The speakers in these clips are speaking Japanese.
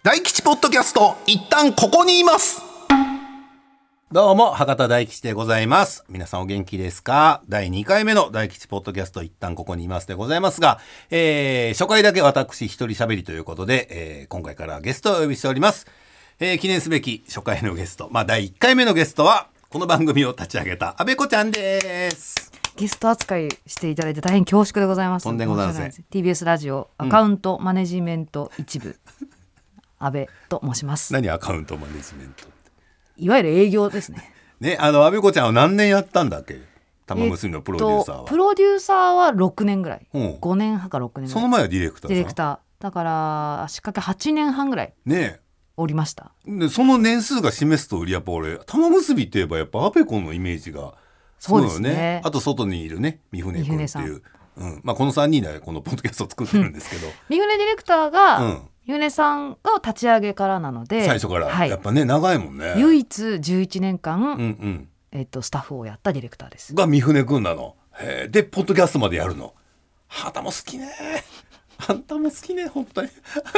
大吉ポッドキャスト、一旦ここにいます。どうも博多大吉でございます。皆さんお元気ですか？第2回目の大吉ポッドキャスト、一旦ここにいますでございますが、初回だけ私一人喋りということで、今回からゲストをお呼びしております。記念すべき初回のゲスト、第1回目のゲストはこの番組を立ち上げた阿部子ちゃんです。 ゲスト扱いしていただいて大変恐縮でございます。 とんでもございません。 TBS ラジオアカウントマネジメント一部、阿部と申します。 何アカウントマネジメントって？ いわゆる営業ですね。 ね、阿部子ちゃんは何年やったんだっけ？玉結びのプロデューサーは。 プロデューサーは6年ぐらい、 うん、 5年半か6年ぐらい。 その前はディレクター。 ディレクターだから足掛け8年半ぐらいねおりました。 でその年数が示す通り、やっぱ俺玉結びって言えばやっぱ阿部子のイメージがそうですね。 あと外にいるね三船君っていう、この3人でこのポッドキャストを作ってるんですけど、 三船ディレクターが、三船さんが立ち上げからなので最初から、やっぱね長いもんね。 唯一11年間、スタッフをやったディレクターです。 が三船君なの。でポッドキャストまでやるの。あんたも好きね。あんたも好きね本当に。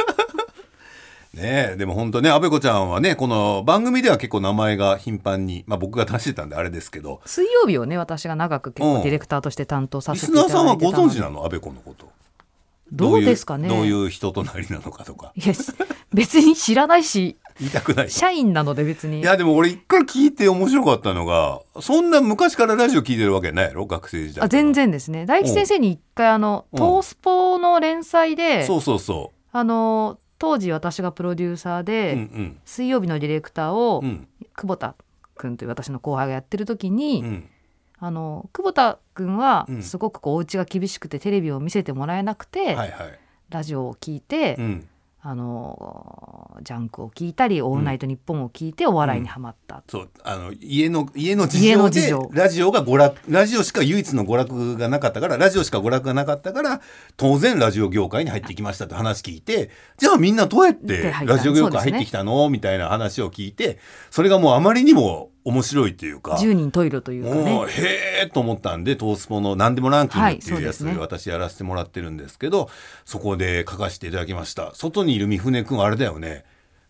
ねえ、でも本当ね、阿部子ちゃんはね、この番組では結構名前が頻繁に、僕が出してたんであれですけど、 水曜日をね私が長く結構ディレクターとして担当させていただいてたので。 リスナーさんはご存知なの？阿部子のことどうですかね。 どういう人となりなのかとか。 いや別に知らないし言いたくない。 社員なので別に。 いやでも俺一回聞いて面白かったのが、そんな昔からラジオ聞いてるわけないやろ、学生時代。 全然ですね。大吉先生に一回トースポの連載で、 そう当時私がプロデューサーで、水曜日のディレクターを、久保田君という私の後輩がやってる時に、久保田君はすごくお家が厳しくてテレビを見せてもらえなくて、ラジオを聞いて、ジャンクを聞いたりオールナイトニッポンを聞いてお笑いにハマった、 そう家の事情でラジオが娯楽、ラジオしか唯一の娯楽がなかったから、ラジオしか娯楽がなかったから当然ラジオ業界に入ってきましたって話聞いて、じゃあみんなどうやってラジオ業界入ってきたの、みたいな話を聞いて、それがもうあまりにも面白いというか、 10人トイレというかね、 へーと思ったんで、トースポの何でもランキングっていうやつで私やらせてもらってるんですけど、そこで書かせていただきました。外にいる三船君はあれだよね、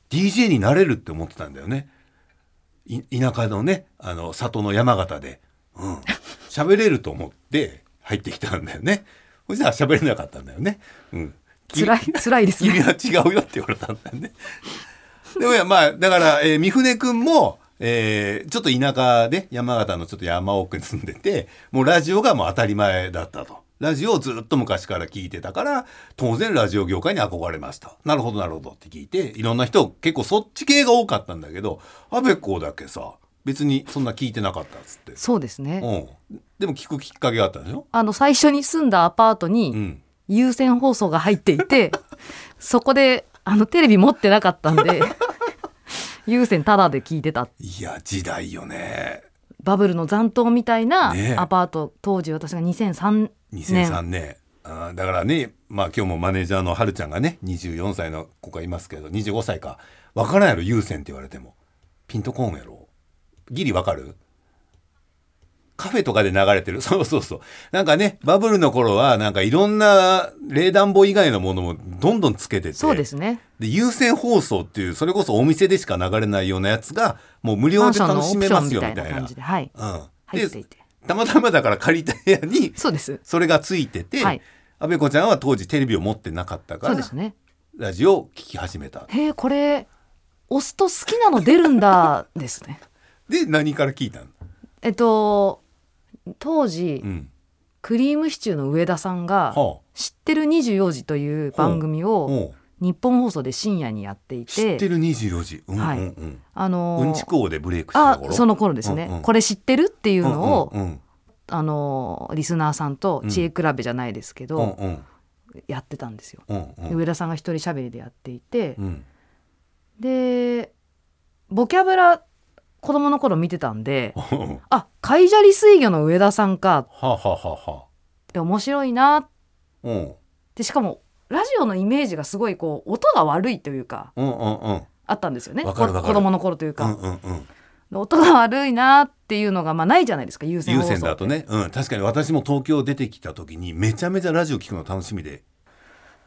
DJ になれるって思ってたんだよね。田舎のね里の山形で喋れると思って入ってきたんだよね。そしたら喋れなかったんだよね。 辛いですね。 君は違うよって言われたんだよね。でもだから、三船君もちょっと田舎で山形のちょっと山奥に住んでて、もうラジオがもう当たり前だったと。ラジオをずっと昔から聞いてたから、当然ラジオ業界に憧れました。なるほどなるほどって聞いて、いろんな人結構そっち系が多かったんだけど、阿部子だけさ別にそんな聞いてなかったっつって。 そうですね、 でも聞くきっかけがあったでしょ。 最初に住んだアパートに有線放送が入っていて、そこでテレビ持ってなかったんで有線タダで聞いてた。 いや時代よね。 バブルの残党みたいなアパート、当時私が2003年だからね、今日もマネージャーのはるちゃんがね24歳の子がいますけど、25歳か分からんやろ、有線って言われてもピンとこんやろ。ギリ分かる？カフェとかで流れてる。そうなんかね、バブルの頃はなんかいろんな冷暖房以外のものもどんどんつけてて、 そうですね。 で有線放送っていう、それこそお店でしか流れないようなやつがもう無料で楽しめますよみたいな感じで、入っていて、 たまたまだから借りた部屋にそれがついてて、阿部子ちゃんは当時テレビを持ってなかったから、ラジオを聞き始めた。 これ押すと好きなの出るんだですね。 で何から聞いたの？当時、クリームシチューの上田さんが知ってる24時という番組を日本放送で深夜にやっていて、 知ってる24時、うんちく王でブレイクした頃、 その頃ですね、これ知ってるっていうのを、リスナーさんと知恵比べじゃないですけど、やってたんですよ。上田さんが一人喋りでやっていて、でボキャブラ子供の頃見てたんでカイジャリ水魚の上田さんかで面白いな、でしかもラジオのイメージがすごい音が悪いというか、あったんですよね。子供の頃というか、音が悪いなっていうのがないじゃないですか、有線放送って。 だとね、確かに私も東京出てきた時にめちゃめちゃラジオ聞くの楽しみで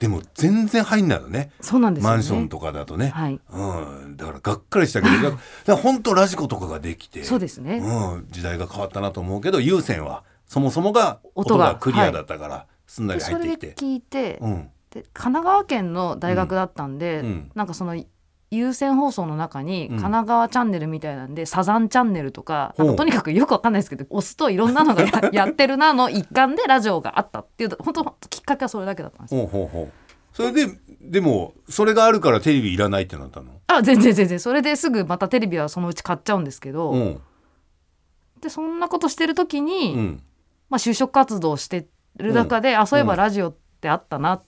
でも全然入んないのね。 そうなんですよね。 マンションとかだとね、 はい、 だからがっかりしたけどだから本当ラジコとかができてそうですね、 時代が変わったなと思うけど、有線はそもそもが音がクリアだったから、はい、すんなり入ってきて、 それで聞いて、で神奈川県の大学だったんで、なんかその有線放送の中に神奈川チャンネルみたいなんで、サザンチャンネルとか、なんかとにかくよくわかんないですけど押すといろんなのが やってるなの一環でラジオがあったっていう、本当きっかけはそれだけだったんですよ。 それでもそれがあるからテレビいらないってなったの？ 全然それですぐまたテレビはそのうち買っちゃうんですけど、でそんなことしてる時に、就職活動してる中で、そういえばラジオってあったな、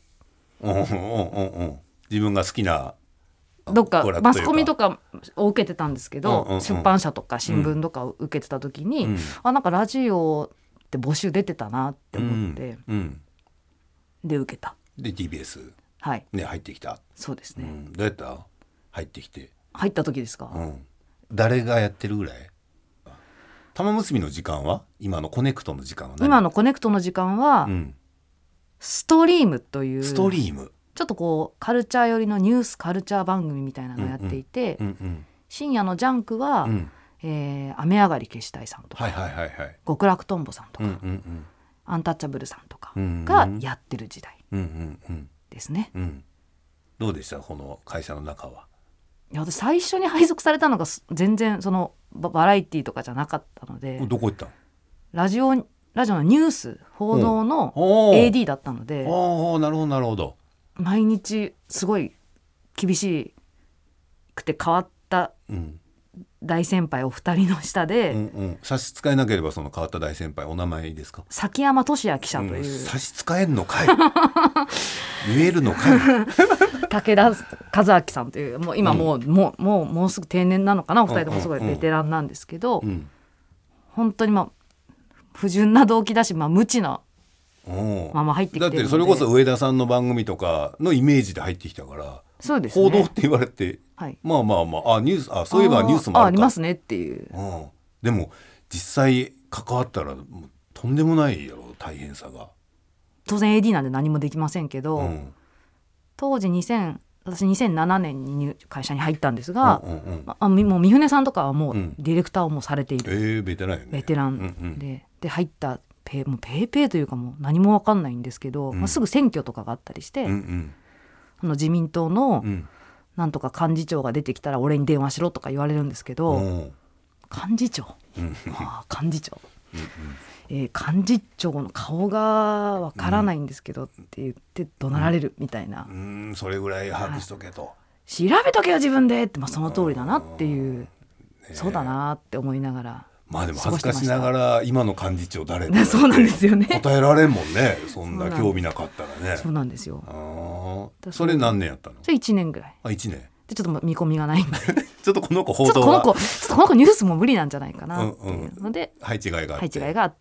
自分が好きなどっかマスコミとかを受けてたんですけど、出版社とか新聞とかを受けてた時に、なんかラジオって募集出てたなって思って、で受けた。 で TBS、 はいね、入ってきた。 そうですね、 どうやった入ってきて。 入った時ですか、 誰がやってるぐらい？玉結びの時間は今のコネクトの時間は何？ 今のコネクトの時間は、ストリームというストリーム、 ちょっとこうカルチャー寄りのニュースカルチャー番組みたいなのをやっていて、深夜のジャンクは、雨上がり決死隊さんとか、極楽とんぼさんとか、アンタッチャブルさんとかがやってる時代ですね。 どうでしたこの会社の中は？ いや私最初に配属されたのが全然そのバラエティとかじゃなかったので、 どこ行ったの？ ラジオのニュース報道の AD だったので、 なるほどなるほど。 毎日すごい厳しくて変わった大先輩お二人の下で、 差し支えなければその変わった大先輩お名前いいですか？ 崎山俊也記者という、 差し支えんのかい言えるのかい武田和明さんという、もう今もうすぐ定年なのかな、お二人ともすごいベテランなんですけど、本当に不純な動機だし、無知なまま入ってきてるので、 だってそれこそ上田さんの番組とかのイメージで入ってきたから、 そうですね、 報道って言われて、ニュースそういえばニュースもあるか、 ありますねっていう、 でも実際関わったらもうとんでもないやろ大変さが。 当然 AD なんで何もできませんけど、当時私2007年に会社に入ったんですが、もう三船さんとかはもうディレクターをもうされている、ベテランよね。ベテランで入ったもうペーペーというかもう何も分かんないんですけど、すぐ選挙とかがあったりして、自民党のなんとか幹事長が出てきたら俺に電話しろとか言われるんですけど、幹事長、幹事長、幹事長の顔が分からないんですけどって言って怒鳴られるみたいな、 それぐらい把握しとけと、 調べとけよ自分でって、その通りだなっていう、そうだなって思いながら、 でも恥ずかしながら今の幹事長誰ってそうなんですよね、 答えられんもんねそんな興味なかったらね。 そうなんですよ。 それ何年やったの？ それ1年ぐらい。 1年でちょっと見込みがないんでちょっとこの子報道はこの子ニュースも無理なんじゃないかなっていうので、 配置換えがあって、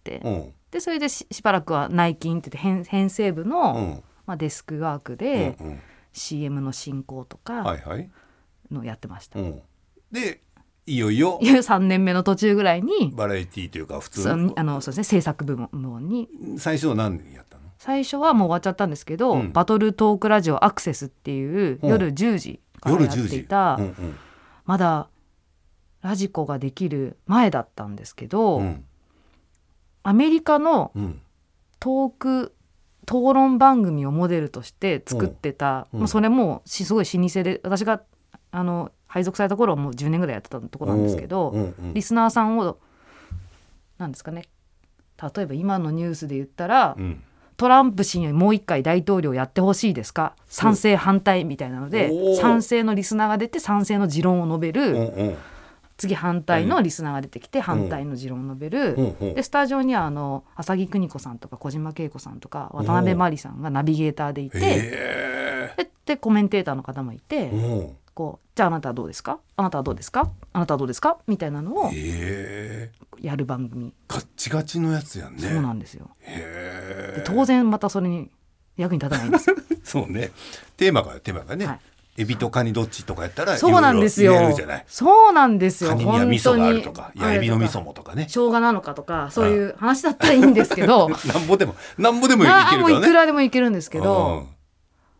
でそれで しばらくは内勤って言って編成部の、デスクワークで、CM の進行とかのやってました。 でいよいよ 3年目の途中ぐらいにバラエティというか普通のそうですね、制作部門に。 最初は何やったの？ 最初はもう終わっちゃったんですけど、バトルトークラジオアクセスっていう夜10時からやっていた、まだラジコができる前だったんですけど、アメリカのトーク討論番組をモデルとして作ってた、それもすごい老舗で、私が配属された頃はもう10年ぐらいやってたところなんですけど、リスナーさんをなんですかね、例えば今のニュースで言ったら、トランプ氏にもう一回大統領やってほしいですか、賛成反対みたいなので、賛成のリスナーが出て賛成の持論を述べる、次反対のリスナーが出てきて反対の持論を述べる、でスタジオには浅木邦子さんとか小島慶子さんとか渡辺真理さんがナビゲーターでいて、でコメンテーターの方もいて、じゃああなたはどうですか、あなたはどうですか、あなたはどうですかみたいなのをやる番組。 ガッチガチのやつやんね。 そうなんですよ。で当然またそれに役に立たないんですよそうね、テーマがね、エビとカニどっちとかやったらそうなんですよ。 言えるじゃない。 そうなんですよ。 カニには味噌があるとか、いやエビの味噌もとかね、 生姜なのかとか、そういう話だったらいいんですけどなんぼでもいけるからね。 もういくらでもいけるんですけど、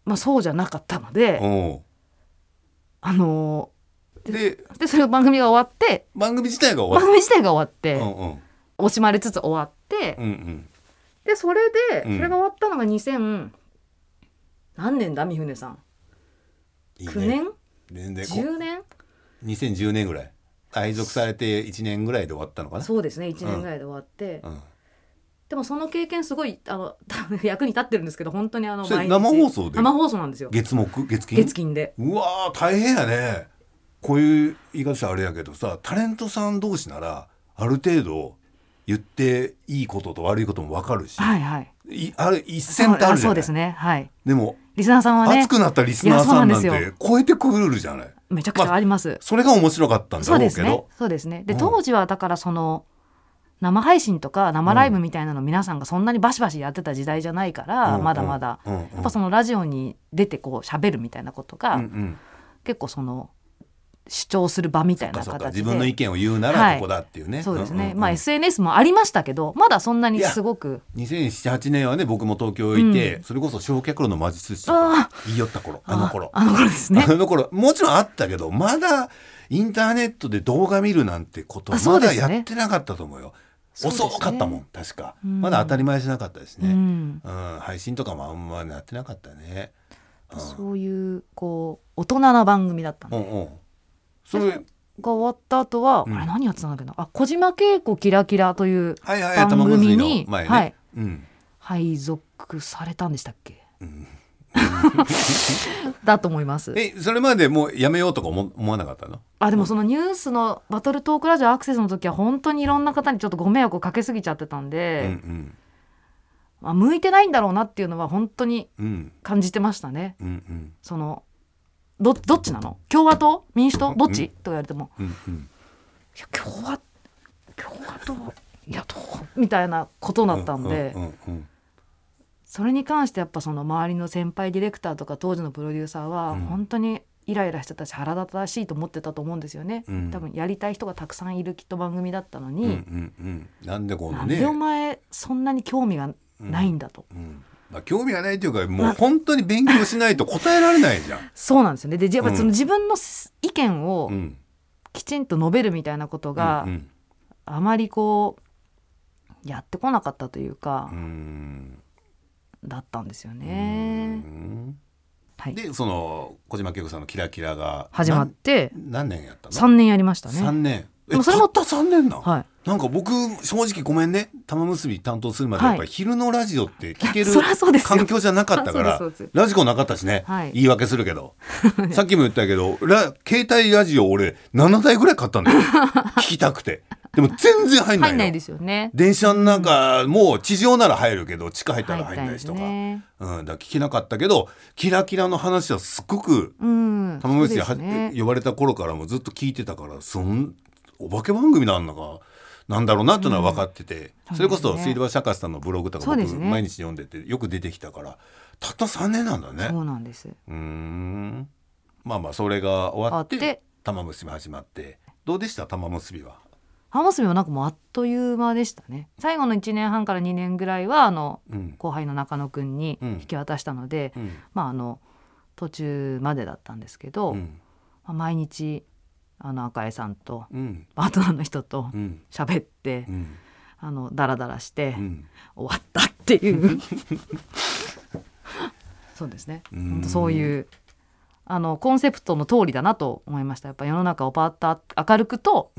そうじゃなかったので、でそれ番組が終わって番組自体が終わって、惜しまれつつ終わって、でそれが終わったのが2000何年だ三船さん、9年10年 2010年ぐらい配属されて1年ぐらいで終わったのかな。 そうですね、1年ぐらいで終わって、でもその経験すごい役に立ってるんですけど、本当に毎日生放送で、 生放送なんですよ。 月金で。うわー大変やね。こういう言い方したらあれやけどさ、タレントさん同士ならある程度言っていいことと悪いことも分かるし、ある一線ってあるじゃない。 そうですね、はい。 でもリスナーさんはね、 熱くなったリスナーさんなんて超えてくるじゃない。 めちゃくちゃあります、 それが面白かったんだろうけど。 そうですね。で当時はだからその生配信とか生ライブみたいなの皆さんがそんなにバシバシやってた時代じゃないから、まだまだ、やっぱそのラジオに出てこう喋るみたいなことが、結構その主張する場みたいな形で、 自分の意見を言うならここだっていうね、 そうですね。SNS もありましたけど、まだそんなにすごく 2007、8年はね、僕も東京いて、それこそ焼却炉の魔術師とか言いよった頃、あの頃ですね。 もちろんあったけど、まだインターネットで動画見るなんてことはまだやってなかったと思うよ。遅かったもん、確か。まだ当たり前じゃなかったですね。配信とかもあんまりやってなかったね。 そういうこう大人な番組だったんで、それが終わった後は、あれ何やってたんだっけな、小島慶子キラキラという番組に配属されたんでしたっけ。だと思います。 それまでもうやめようとか思わなかったの？ でもそのニュースのバトルトークラジオアクセスの時は本当にいろんな方にちょっとご迷惑をかけすぎちゃってたんで、向いてないんだろうなっていうのは本当に感じてましたね。そのどっちなの？共和党？民主党？どっち？と言われても、いや共和党いやどうみたいなことだったんで、それに関してやっぱその周りの先輩ディレクターとか当時のプロデューサーは本当にイライラしてたし腹立たしいと思ってたと思うんですよね。多分やりたい人がたくさんいるきっと番組だったのに、 なんでお前そんなに興味がないんだと。 興味がないというか、もう本当に勉強しないと答えられないじゃん。 そうなんですよね。で、その自分の意見をきちんと述べるみたいなことがあまりこうやってこなかったというか、だったんですよね。 でその小島慶子さんのキラキラが始まって何年やったの？ 3 年やりましたね。 3年。 それもたった3年なん？なんか僕正直ごめんね、玉結び担当するまでやっぱり昼のラジオって聞ける環境じゃなかったからラジコなかったしね、言い訳するけどさっきも言ったけど携帯ラジオ俺7台ぐらい買ったんだよ聞きたくて。でも全然入んないの。 入んないですよね。 電車の中もう地上なら入るけど地下入ったら入んないしとか、だから聞けなかったけどキラキラの話はすごく玉結び呼ばれた頃からもずっと聞いてたから、お化け番組なんだかなんだろうなっていうのは分かってて、それこそ水道橋博士さんのブログとか僕毎日読んでてよく出てきたから、たった3年なんだね。 そうなんです。 まあそれが終わって玉結び始まって、どうでした玉結びは？ 玉結びはなんかもうあっという間でしたね。最後の1年半から2年ぐらいは後輩の中野くんに引き渡したので、途中までだったんですけど、毎日赤江さんとパートナーの人と喋って、ダラダラして、終わったっていうそうですね。そういうコンセプトの通りだなと思いました。やっぱ世の中をパーッと明るくと、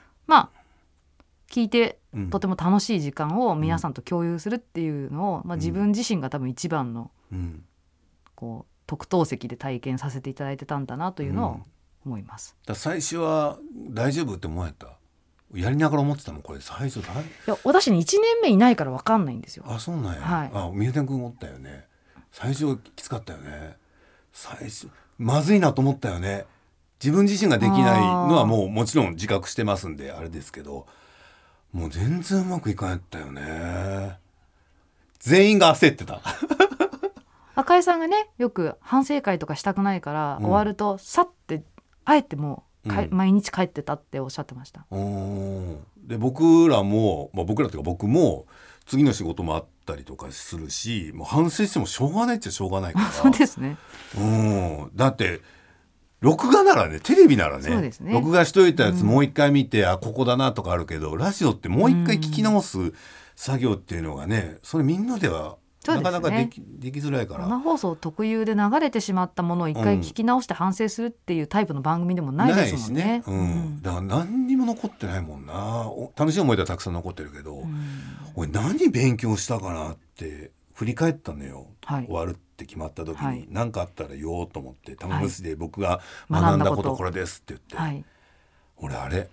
聞いてとても楽しい時間を皆さんと共有するっていうのを、自分自身が多分一番のこう特等席で体験させていただいてたんだなというのを思います。 最初は大丈夫って思えた？やりながら思ってたもんこれ最初。いや私に1年目いないから分かんないんですよ。 そうなんや。宮田君おったよね。最初きつかったよね。最初まずいなと思ったよね。自分自身ができないのはもちろん自覚してますんであれですけど、もう全然うまくいかんやったよね。全員が焦ってた赤井さんがねよく反省会とかしたくないから、終わるとさってあえてもう毎日帰ってたっておっしゃってました。 で僕らも、僕らというか僕も次の仕事もあったりとかするし、もう反省してもしょうがないっちゃしょうがないからそうですね。 だって録画ならね、テレビならそうですね、 録画しといたやつもう一回見て、ここだなとかあるけど、ラジオってもう一回聞き直す作業っていうのがね、それみんなではなかなかできづらいから。 生放送特有で流れてしまったものを一回聞き直して反省するっていうタイプの番組でもないですもんね。 だから何にも残ってないもんな。楽しい思い出はたくさん残ってるけど、俺何勉強したかなって振り返ったのよ、終わるって決まった時に、何かあったら言おうと思って、玉結びで僕が学んだことこれですって言って、俺あれ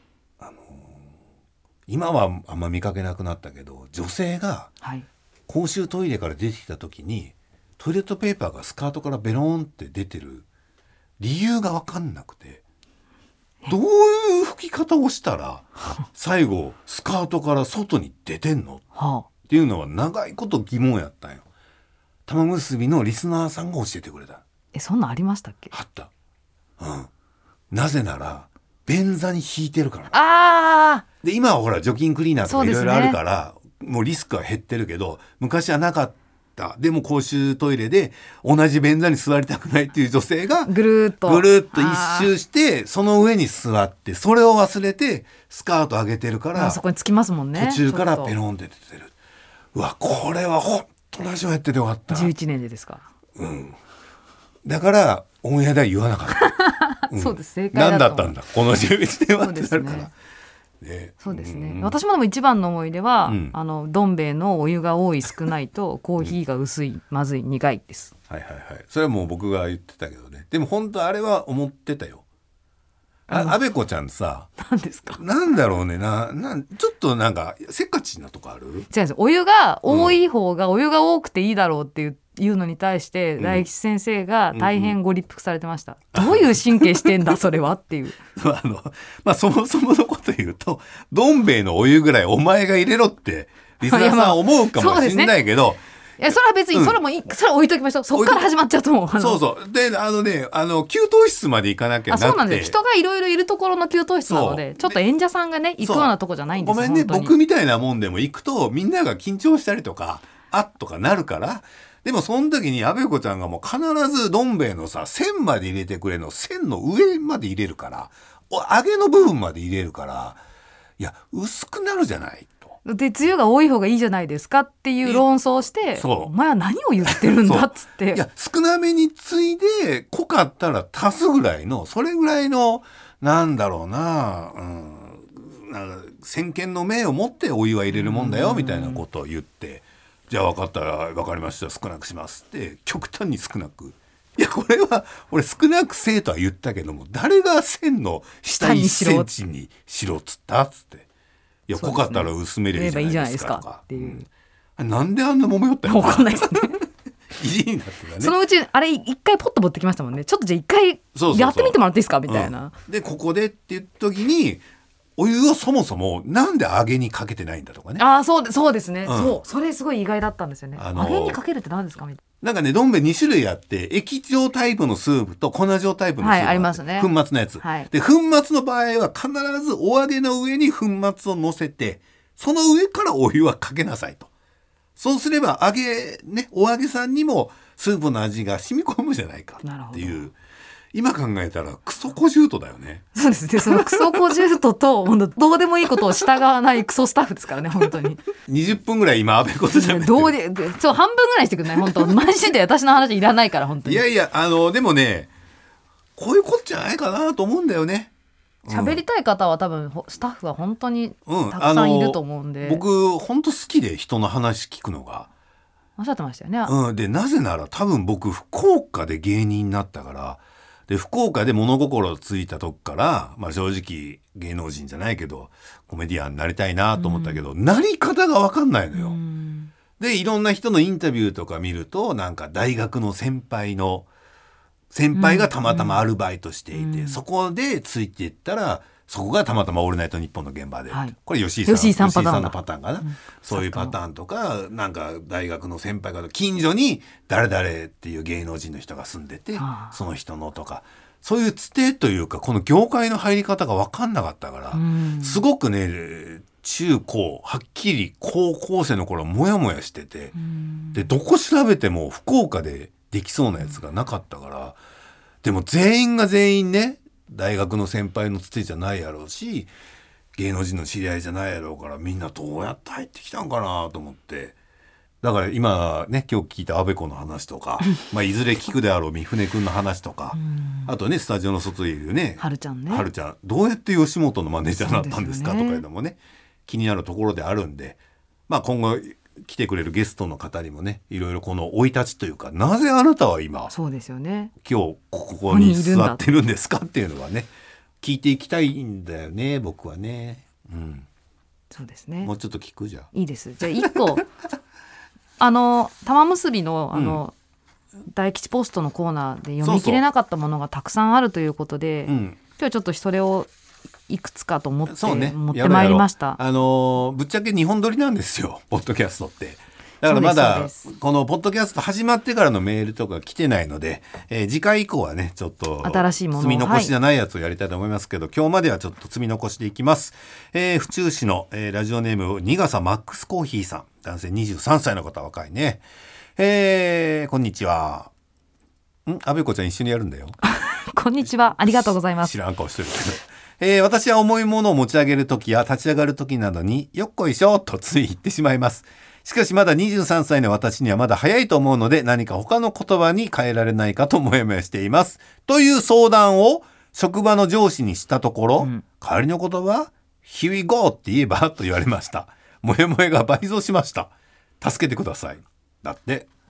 今はあんま見かけなくなったけど、女性が公衆トイレから出てきた時にトイレットペーパーがスカートからベローンって出てる理由が分かんなくて、どういう拭き方をしたら最後スカートから外に出てんのっていうのは長いこと疑問やったんよ。玉結びのリスナーさんが教えてくれた。 そんなんありましたっけ？ あった。なぜなら便座に引いてるから。で今はほら除菌クリーナーとかいろいろあるから、もうリスクは減ってるけど、昔はなかった。でも公衆トイレで同じ便座に座りたくないっていう女性がぐるっと一周して、その上に座って、それを忘れてスカート上げてるから、 そこにつきますもんね。 途中からペロンって出てる。うわ、これはほんとラジオやっててよかった。 11年でですか？ だからオンエアでは言わなかった、 そうです、正解だと。 何だったんだこの11年はってなるから。 そうですね、私もでも一番の思い出は、どん兵衛のお湯が多い少ないとコーヒーが薄い、まずい、苦いです。 それはもう僕が言ってたけどね。でも本当あれは思ってたよ。あべこちゃんさ、 何ですか？ なんだろうね、ちょっとなんかせっかちなとこある？違うんです。お湯が多い方が、お湯が多くていいだろうっていうのに対して大吉先生が大変ご立腹されてました、どういう神経してんだそれはっていうそもそものこと言うと、どん兵衛のお湯ぐらいお前が入れろってリスナーさん思うかもしれないけど、 それは別に、それもそれは置いときましょう。そっから始まっちゃうと思う。 そうで、給湯室まで行かなきゃなくて。 そうなんです。人がいろいろいるところの給湯室なので、ちょっと演者さんがね行くようなとこじゃないんですよ。 ごめんね、僕みたいなもんでも行くとみんなが緊張したりとかとかなるから。でもその時にあべこちゃんがもう必ずどん兵衛のさ、線まで入れてくれの、線の上まで入れるから、揚げの部分まで入れるから、いや薄くなるじゃないと。 で、つゆが多い方がいいじゃないですかっていう論争をして、お前は何を言ってるんだっつって。 いや、少なめについで濃かったら足すぐらいの、それぐらいの、なんだろうな、なんか先見の明を持ってお湯は入れるもんだよみたいなことを言って、じゃあ分かったら分かりました、少なくしますって極端に少なく。いや、これは俺少なくせえとは言ったけども、誰が線の下1センチにしろっつったっつって、いや、濃かったら薄めればいいじゃないですかとかっていう、なんであんな揉めよったのか分かんないですね意地になってたね。 そのうちあれ一回ポッと持ってきましたもんね。ちょっとじゃあ一回やってみてもらっていいですかみたいな、 でここでって言った時に、お湯をそもそもなんで揚げにかけてないんだとかね。 そうですね、それすごい意外だったんですよね。揚げにかけるって何ですかみたいな。 なんかね、どん兵衛2種類あって、液状タイプのスープと粉状タイプのスープがあって、 ありますね、 粉末のやつ、で粉末の場合は必ずお揚げの上に粉末を乗せて、その上からお湯はかけなさいと。そうすればお揚げさんにもスープの味が染み込むじゃないかっていう。今考えたらクソ小獣徒だよね。 そうですね。そのクソ小獣徒とどうでもいいことを従わないクソスタッフですからね、本当に。 20分ぐらい今安倍ことじゃない。 半分ぐらいしてくんない本当。マジで私の話いらないから本当に。 いやいや、でもね、こういうことじゃないかなと思うんだよね。 喋りたい方は多分スタッフは本当にたくさんいると思うんで、 僕本当好きで人の話聞くのが。 おっしゃってましたよね。 でなぜなら多分僕福岡で芸人になったから。で福岡で物心ついたとこから、正直芸能人じゃないけどコメディアンになりたいなと思ったけど、なり方が分かんないのよ。でいろんな人のインタビューとか見ると、なんか大学の先輩がたまたまアルバイトしていて、そこでついていったら、そこがたまたまオールナイトニッポンの現場で、これ吉井さんのパターンかな、そういうパターンとか、なんか大学の先輩が近所に誰々っていう芸能人の人が住んでて、その人のとか、そういうつてというか、この業界の入り方が分かんなかったから、すごくね中高はっきり高校生の頃はモヤモヤしてて、でどこ調べても福岡でできそうなやつがなかったから、でも全員が全員ね大学の先輩のつてじゃないやろうし芸能人の知り合いじゃないやろうから、みんなどうやって入ってきたんかなと思って、だから今ね今日聞いた安倍子の話とかまあいずれ聞くであろう三船君の話とか、あとねスタジオの外にいるねはるちゃんね、 はるちゃんどうやって吉本のマネージャーになったんですかとかいうのもね気になるところであるんで、まあ今後来てくれるゲストの方にもねいろいろこの生い立ちというか、なぜあなたは今そうですよね今日ここに座ってるんですかっていうのはね聞いていきたいんだよね僕はね。 そうですね。 もうちょっと聞くじゃん。 いいです。じゃあ一個玉結びの大吉ポストのコーナーで読み切れなかったものがたくさんあるということで、今日ちょっとそれをいくつかと思って、持ってまいりました。 ぶっちゃけ2本撮りなんですよポッドキャストって。だからまだこのポッドキャスト始まってからのメールとか来てないので、次回以降はねちょっと新しいもの積み残しじゃないやつをやりたいと思いますけど、今日まではちょっと積み残しでいきます。府中市の、ラジオネーム新笠マックスコーヒーさん、男性23歳の方、若いね。こんにちは。安倍子ちゃん一緒にやるんだよこんにちは、ありがとうございます。 知らん顔してるけど、私は重いものを持ち上げるときや立ち上がるときなどによっこいしょとつい言ってしまいます。しかしまだ23歳の私にはまだ早いと思うので、何か他の言葉に変えられないかともやもやしていますという相談を職場の上司にしたところ、代わりの言葉 Here we go って言えばと言われました。もやもやが倍増しました。助けてください。だって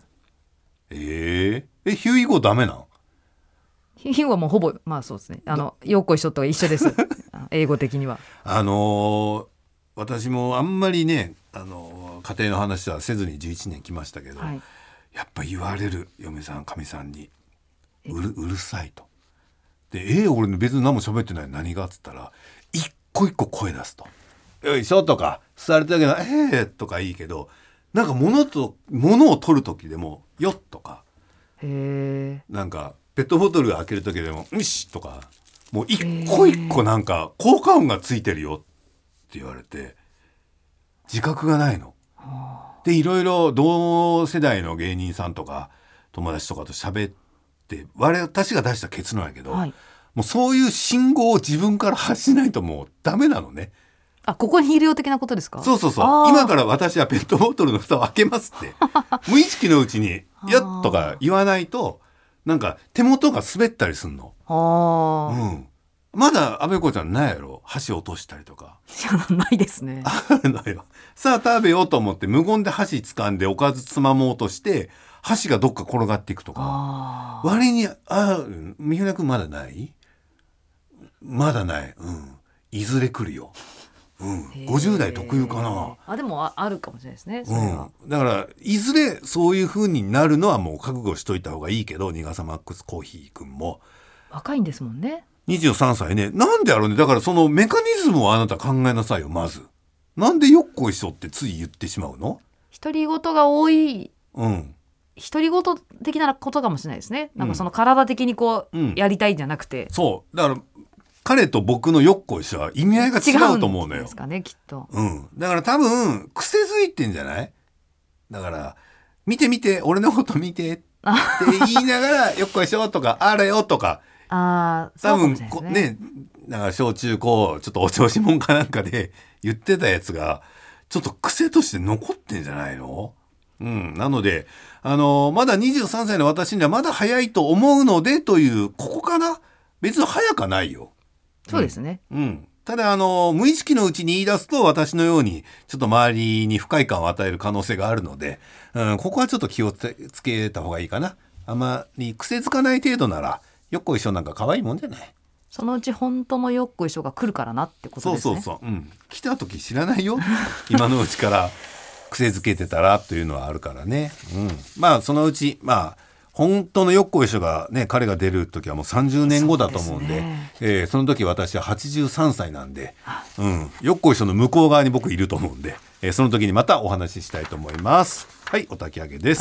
。Here we go ダメなん？ ヒューはもうほぼまあそうですね。よっこいしょと一緒です。英語的には。 私もあんまりね家庭の話はせずに11年来ましたけど、やっぱ言われる嫁さんかみさんにうるさいと。で俺別に何も喋ってない何がっつったら一個一個声出すと。よいしょとか座れたけどとかいいけど、なんか物を取る時でもよっとか、なんかペットボトル開ける時でもよしとか、もう一個一個なんか効果音がついてるよって言われて、自覚がないの。でいろいろ同世代の芸人さんとか友達とかと喋って私が出した結論やけど、もうそういう信号を自分から発しないともうダメなのね。 ここにいるよ的なことですか？ そう今から私はペットボトルの蓋を開けますって無意識のうちにやっとか言わないとなんか手元が滑ったりすんの。まだ安倍子ちゃんないやろ、箸落としたりとか。 ないですね。 ないわ。さあ食べようと思って無言で箸掴んでおかずつまもうとして箸がどっか転がっていくとか。割に三船君まだない？まだない。いずれ来るよ。50代特有かな。 でもあるかもしれないですね、それは。 だからいずれそういう風になるのはもう覚悟しといた方がいいけど、新笠マックスコーヒー君も若いんですもんね。 23歳ね。なんであろうね。だからそのメカニズムをあなた考えなさいよ。まずなんでよっこいしょってつい言ってしまうの？ 独り言が多い、独り言的なことかもしれないですね。なんかその体的にこう、やりたいんじゃなくて、 そうだから彼と僕のよっこいしょは意味合いが違うと思うのよ。 違うんですかね、きっと。 だから多分癖づいてんじゃない？だから見て見て俺のこと見てって言いながらよっこいしょとかあれよとか、多分ね、だから小中高ちょっとお調子者かなんかで言ってたやつがちょっと癖として残ってんじゃないの？なのでまだ23歳の私にはまだ早いと思うのでというここかな。別に早かないよ。 そうですね。 ただ無意識のうちに言い出すと私のようにちょっと周りに不快感を与える可能性があるので、ここはちょっと気をつけた方がいいかな。あまり癖づかない程度ならよっこいしょなんか可愛いもんじゃない。 そのうち本当のよっこいしょが来るからなってことですね。 そう、来た時知らないよ今のうちから癖づけてたらというのはあるからね。まあそのうち本当のよっこいしょがね、彼が出る時はもう30年後だと思うんで、その時私は83歳なんで、よっこいしょの向こう側に僕いると思うんで、その時にまたお話ししたいと思います。はい、お焚き上げです。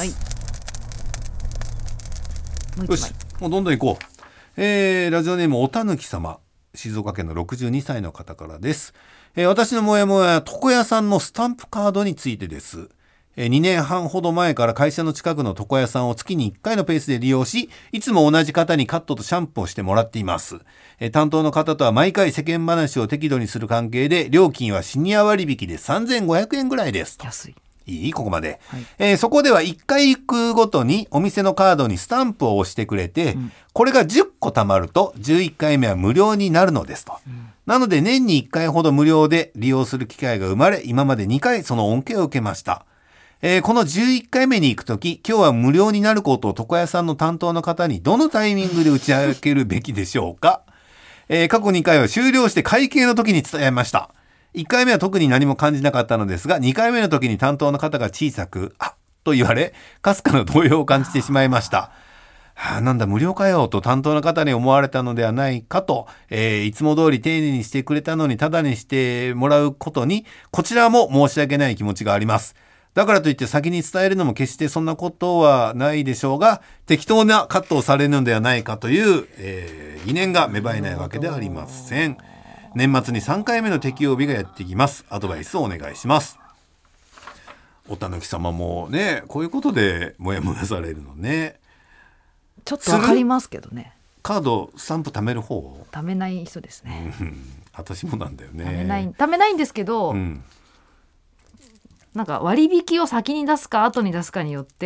よし、もうどんどん行こう。ラジオネームおたぬき様。 静岡県の62歳の方からです。私のモヤモヤは床屋さんのスタンプカードについてです。2年半ほど前から会社の近くの床屋さんを月に1回のペースで利用し、いつも同じ方にカットとシャンプーをしてもらっています。担当の方とは毎回世間話を適度にする関係で、料金はシニア割引で3500円ぐらいです。 安い。 いいここまで、はい。そこでは1回行くごとにお店のカードにスタンプを押してくれて、これが10個貯まると11回目は無料になるのですと。なので年に1回ほど無料で利用する機会が生まれ、今まで2回その恩恵を受けました。この11回目に行くとき、今日は無料になることを床屋さんの担当の方にどのタイミングで打ち明けるべきでしょうか。過去2回は終了して会計の時に伝えました。1回目は特に何も感じなかったのですが、2回目の時に担当の方が小さく、あっと言われ、かすかな動揺を感じてしまいました。なんだ無料かよと担当の方に思われたのではないかと、いつも通り丁寧にしてくれたのにタダにしてもらうことに、こちらも申し訳ない気持ちがあります。だからといって先に伝えるのも決してそんなことはないでしょうが、適当なカットをされるのではないかという、疑念が芽生えないわけではありません。年末に3回目の適用日がやってきます。アドバイスをお願いします。おたぬき様もね、こういうことでモヤモヤされるのね。 ちょっとわかりますけどね。 カードスタンプ貯める方？ 貯めない人ですね。 私もなんだよね。 貯めないんですけど、なんか割引を先に出すか後に出すかによって、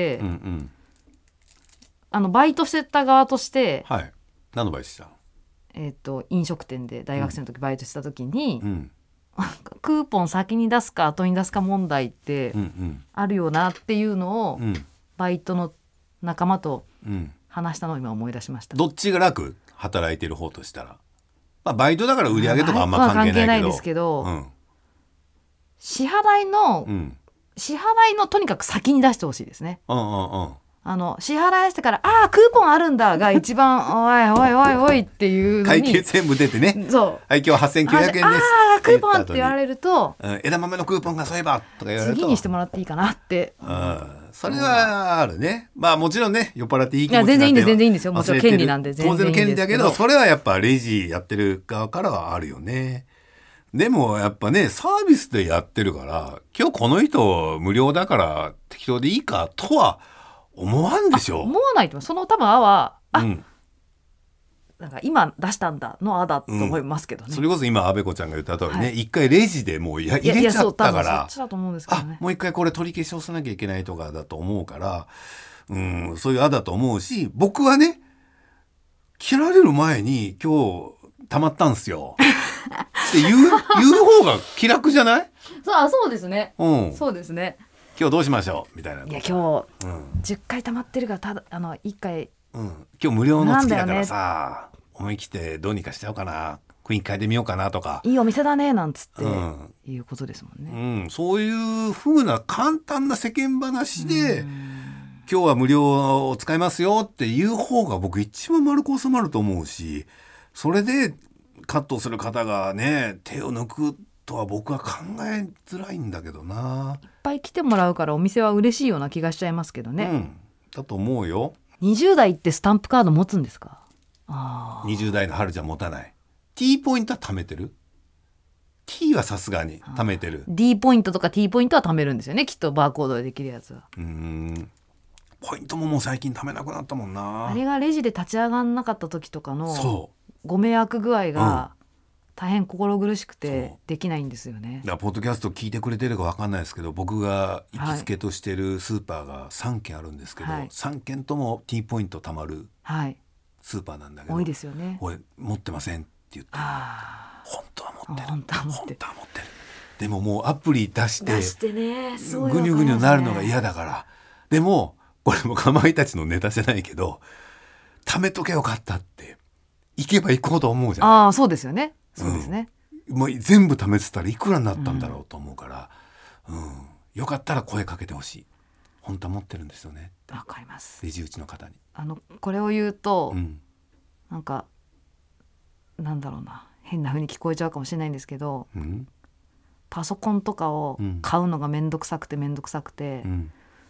バイトしてた側として、 はい、何のバイトした？ 飲食店で大学生の時バイトした時に、クーポン先に出すか後に出すか問題ってあるよなっていうのを、バイトの仲間と話したのを今思い出しました。 どっちが楽？働いてる方としたら、バイトだから売り上げとかあんま関係ないですけど、支払いのとにかく先に出してほしいですね。支払いしてからクーポンあるんだが一番おいおいおいおいっていうのに会計全部出てね、 そうはい今日8900円ですクーポンって言われると、 枝豆のクーポンがそういえばとか言われると次にしてもらっていいかなって、 それはあるね。もちろんね、酔っ払っていい気持ちになって全然いいんですよ。もちろん権利なんで全然いいんですけど、当然の権利だけど、それはやっぱレジやってる側からはあるよね。でもやっぱね、サービスでやってるから、今日この人無料だから適当でいいかとは思わんでしょ。 思わないと。その多分はなんか今出したんだのだと思いますけどね。 それこそ今安倍子ちゃんが言った通りね、一回レジでもう入れちゃったから、 そっちだと思うんですけどね。 もう一回これ取り消しをさなきゃいけないとかだと思うから、そういうだと思うし、僕はね、切られる前に今日溜まったんすよって言う方が気楽じゃない？ そうですね。そうですね。 今日どうしましょうみたいな。 いや今日、10回溜まってるから1回、 今日無料の月だからさ、思い切ってどうにかしちゃおうかな、雰囲気変えてみようかなとか、 いいお店だねなんつって、いうことですもんね。 そういう風な簡単な世間話で、今日は無料を使いますよっていう方が僕一番丸く収まると思うし、それでカットする方がね手を抜くとは僕は考えづらいんだけどな。 いっぱい来てもらうからお店は嬉しいような気がしちゃいますけどね。 だと思うよ。 20代ってスタンプカード持つんですか ？20代の春じゃ持たない。 T ポイントは貯めてる。 T はさすがに貯めてる。 D ポイントとか T ポイントは貯めるんですよね、きっとバーコードでできるやつは。 ポイントももう最近貯めなくなったもんな。 あれがレジで立ち上がんなかった時とかのご迷惑具合が大変心苦しくてできないんですよね。 ポッドキャスト聞いてくれてるか分かんないですけど、僕が行きつけとしてるスーパーが3軒あるんですけど、3軒とも T ポイント貯まるスーパーなんだけど、 多いですよね。 俺持ってませんって言ってる。本当は持ってる。本当は持ってる。でももうアプリ出してね、 ぐにゅぐにゅなるのが嫌だから。でもこれもかまいたちのネタじゃないけど、貯めとけよかったって行けば行こうと思うじゃない。 そうですよね。そうですね。 もう全部貯めてたらいくらになったんだろうと思うから、よかったら声かけてほしい。本当は持ってるんですよね。 わかります。 レジ打ちの方にこれを言うと、なんかなんだろうな、変な風に聞こえちゃうかもしれないんですけど、パソコンとかを買うのがめんどくさくて、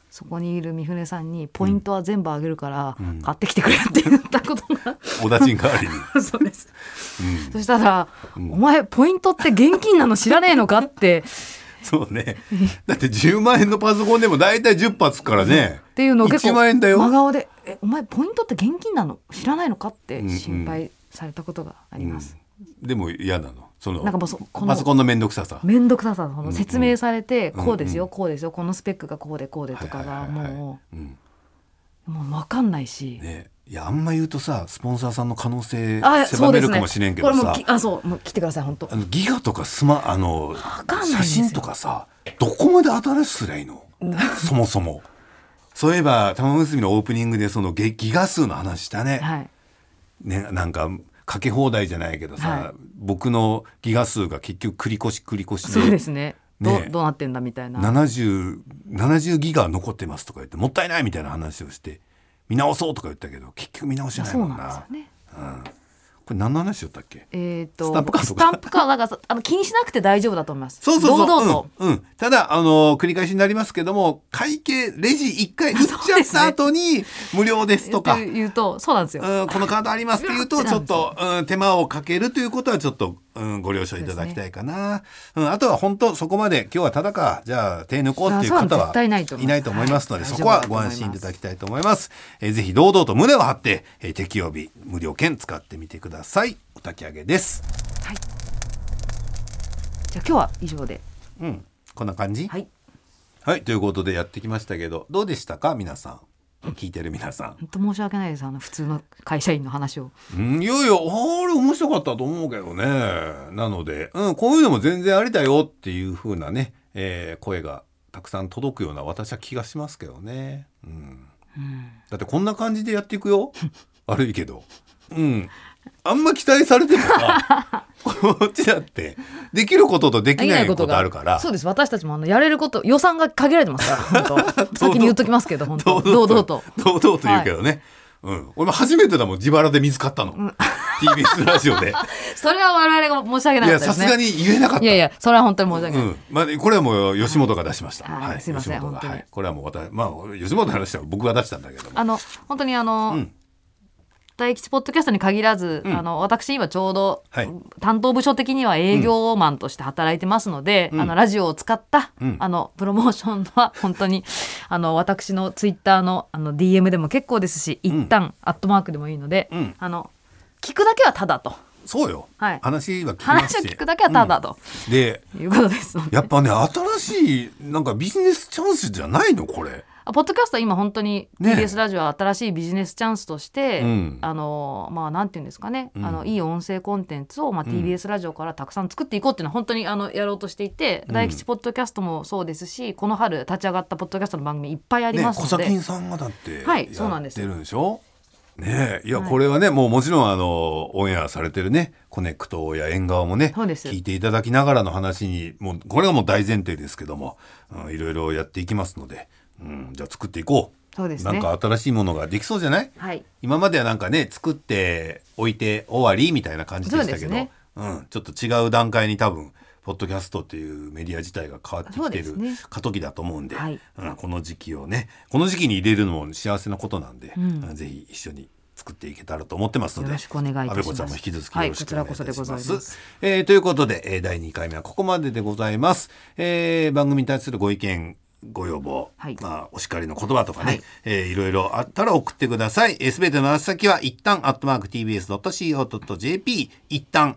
そこにいる三船さんにポイントは全部あげるから買ってきてくれって言ったことが、 おだちん代わりにそうです、そしたら、お前ポイントって現金なの知らねえのかってそうね、だって10万円のパソコンでもだいたい10発からねっていうのを結構 1万円だよ。 真顔でお前ポイントって現金なの知らないのかって心配されたことがあります、 でも嫌なのそのなんかもうパソコンの面倒くささその説明されて、こうですよこうですよこのスペックがこうでこうでとかがもう分かんないし、 ね、いやあんま言うとさスポンサーさんの可能性狭めるかもしれんけどさ、 これもそうもう来てください本当ギガとか写真とかさどこまで新しくすりゃいいのそもそも。そういえば玉結びのオープニングでそのギガ数の話したね、 はい、 ね、なんかかけ放題じゃないけどさ、はい、僕のギガ数が結局繰り越しで、 そうですね、どうなってんだみたいな、 70ギガ残ってますとか言ってもったいないみたいな話をして見直そうとか言ったけど結局見直してないもんな。 そうなんですよね、 これ何の話だったっけ？ スタンプカーだから気にしなくて大丈夫だと思います。 そう堂々と、 ただ繰り返しになりますけども、会計レジ1回打っちゃった後に無料ですとか言うとそうなんですよ、 このカードありますって言うとちょっと、手間をかけるということはちょっと、ご了承いただきたいかな、あとは本当そこまで今日はただかじゃあ手抜こうっていう方はいないと思いますので、そこはご安心いただきたいと思います。ぜひ堂々と胸を張って、適曜日無料券使ってみてください。お焚き上げです。 はい、じゃあ今日は以上で、 こんな感じ、 はい、 ということでやってきましたけどどうでしたか皆さん、聞いてる皆さん。 本当申し訳ないです、普通の会社員の話を。 いやいやあれ面白かったと思うけどね。なので、こういうのも全然ありだよっていう風なね、声がたくさん届くような私は気がしますけどね、だってこんな感じでやっていくよ悪いけど、あんま期待されてもさこっちだってできることとできないことあるから。 そうです、私たちもやれること予算が限られてますから本当先に言っときますけど本当堂々と言うけどね、俺も初めてだもん自腹で見つかったの、TBS ラジオでそれは我々が申し訳なかったですね。 いやさすがに言えなかった。 いやそれは本当に申し訳ない、 これはもう吉本が出しました、 すいません本当に、 これはもう吉本の話は僕が出したんだけども、 本当に大吉ポッドキャストに限らず、私今ちょうど、担当部署的には営業マンとして働いてますので、ラジオを使った、プロモーションは本当に私のツイッターのDM でも結構ですし、一旦アットマークでもいいので、聞くだけはタダと。 そうよ、話は聞きますし、 話を聞くだけはタダと、 でいうことです。 やっぱね新しいなんかビジネスチャンスじゃないのこれ。 ポッドキャストは今本当に TBS ラジオは新しいビジネスチャンスとして、なんていうんですかね、いい音声コンテンツを、TBS ラジオからたくさん作っていこうっていうのは本当にやろうとしていて、大吉ポッドキャストもそうですし、この春立ち上がったポッドキャストの番組いっぱいありますので、 小崎さんがだってそうなんです、 やってるんでしょ。いやこれはねもちろんオンエアされてるねコネクトや縁側もね聞いていただきながらの話にこれがもう大前提ですけども、いろいろやっていきますので、じゃあ作っていこう。 そうですね、 なんか新しいものができそうじゃない、今まではなんかね作っておいて終わりみたいな感じでしたけど、ちょっと違う段階に多分ポッドキャストっていうメディア自体が変わってきてる過渡期だと思うんで、この時期に入れるのも幸せなことなんで、ぜひ一緒に作っていけたらと思ってますので、 よろしくお願いいたします。 安倍子ちゃんも引き続きよろしくお願いいたします。 こちらこそでございます。 ということで、第2回目はここまででございます。番組に対するご意見ご要望、お叱りの言葉とかね、いろいろあったら送ってください。すべての宛先は一旦@tbs.co.jp 一旦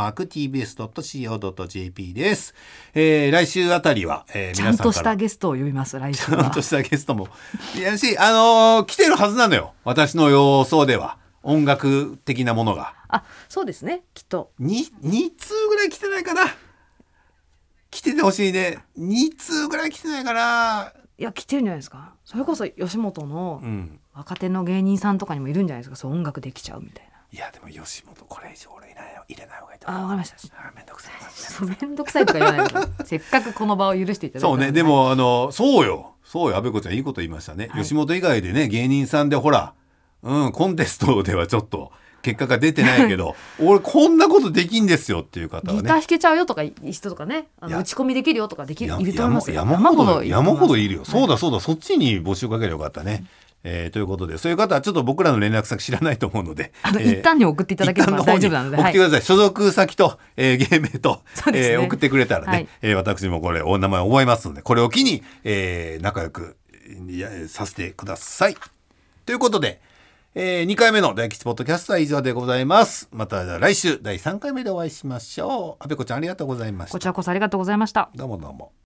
@tbs.co.jp です。来週あたりは、 ちゃんとしたゲストを呼びます。来週はちゃんとしたゲストもいやし、来てるはずなのよ。私の予想では音楽的なものが。 そうですね、きっと 2通ぐらい来てないかな。来ててほしいね。2通ぐらい来てないかな。 いや来てるんじゃないですか。それこそ吉本の若手の芸人さんとかにもいるんじゃないですか。そう音楽できちゃうみたいな。 いやでも吉本これ以上俺入れない方がいいと思う。 わかりました。 めんどくさい。 めんどくさいとか言わないでせっかくこの場を許していただいた。 そうね。でもそうよ安倍子ちゃんいいこと言いましたね、吉本以外でね芸人さんでほら、コンテストではちょっと結果が出てないけど俺こんなことできんですよっていう方はね、 ギター弾けちゃうよとか人とかね、打ち込みできるよとかいると思いますよ。 山ほどいるよ、はい、そうだそっちに募集かければよかったね、ということでそういう方はちょっと僕らの連絡先知らないと思うので一旦に送っていただければ大丈夫なので、 送ってください、所属先と、芸名と、 ね送ってくれたらね、はい、私もこれお名前覚えますのでこれを機に、仲良くさせてくださいということで、2回目の大吉ポッドキャストは以上でございます。また来週第3回目でお会いしましょう。あべこちゃんありがとうございました。 こちらこそありがとうございました。 どうもどうも。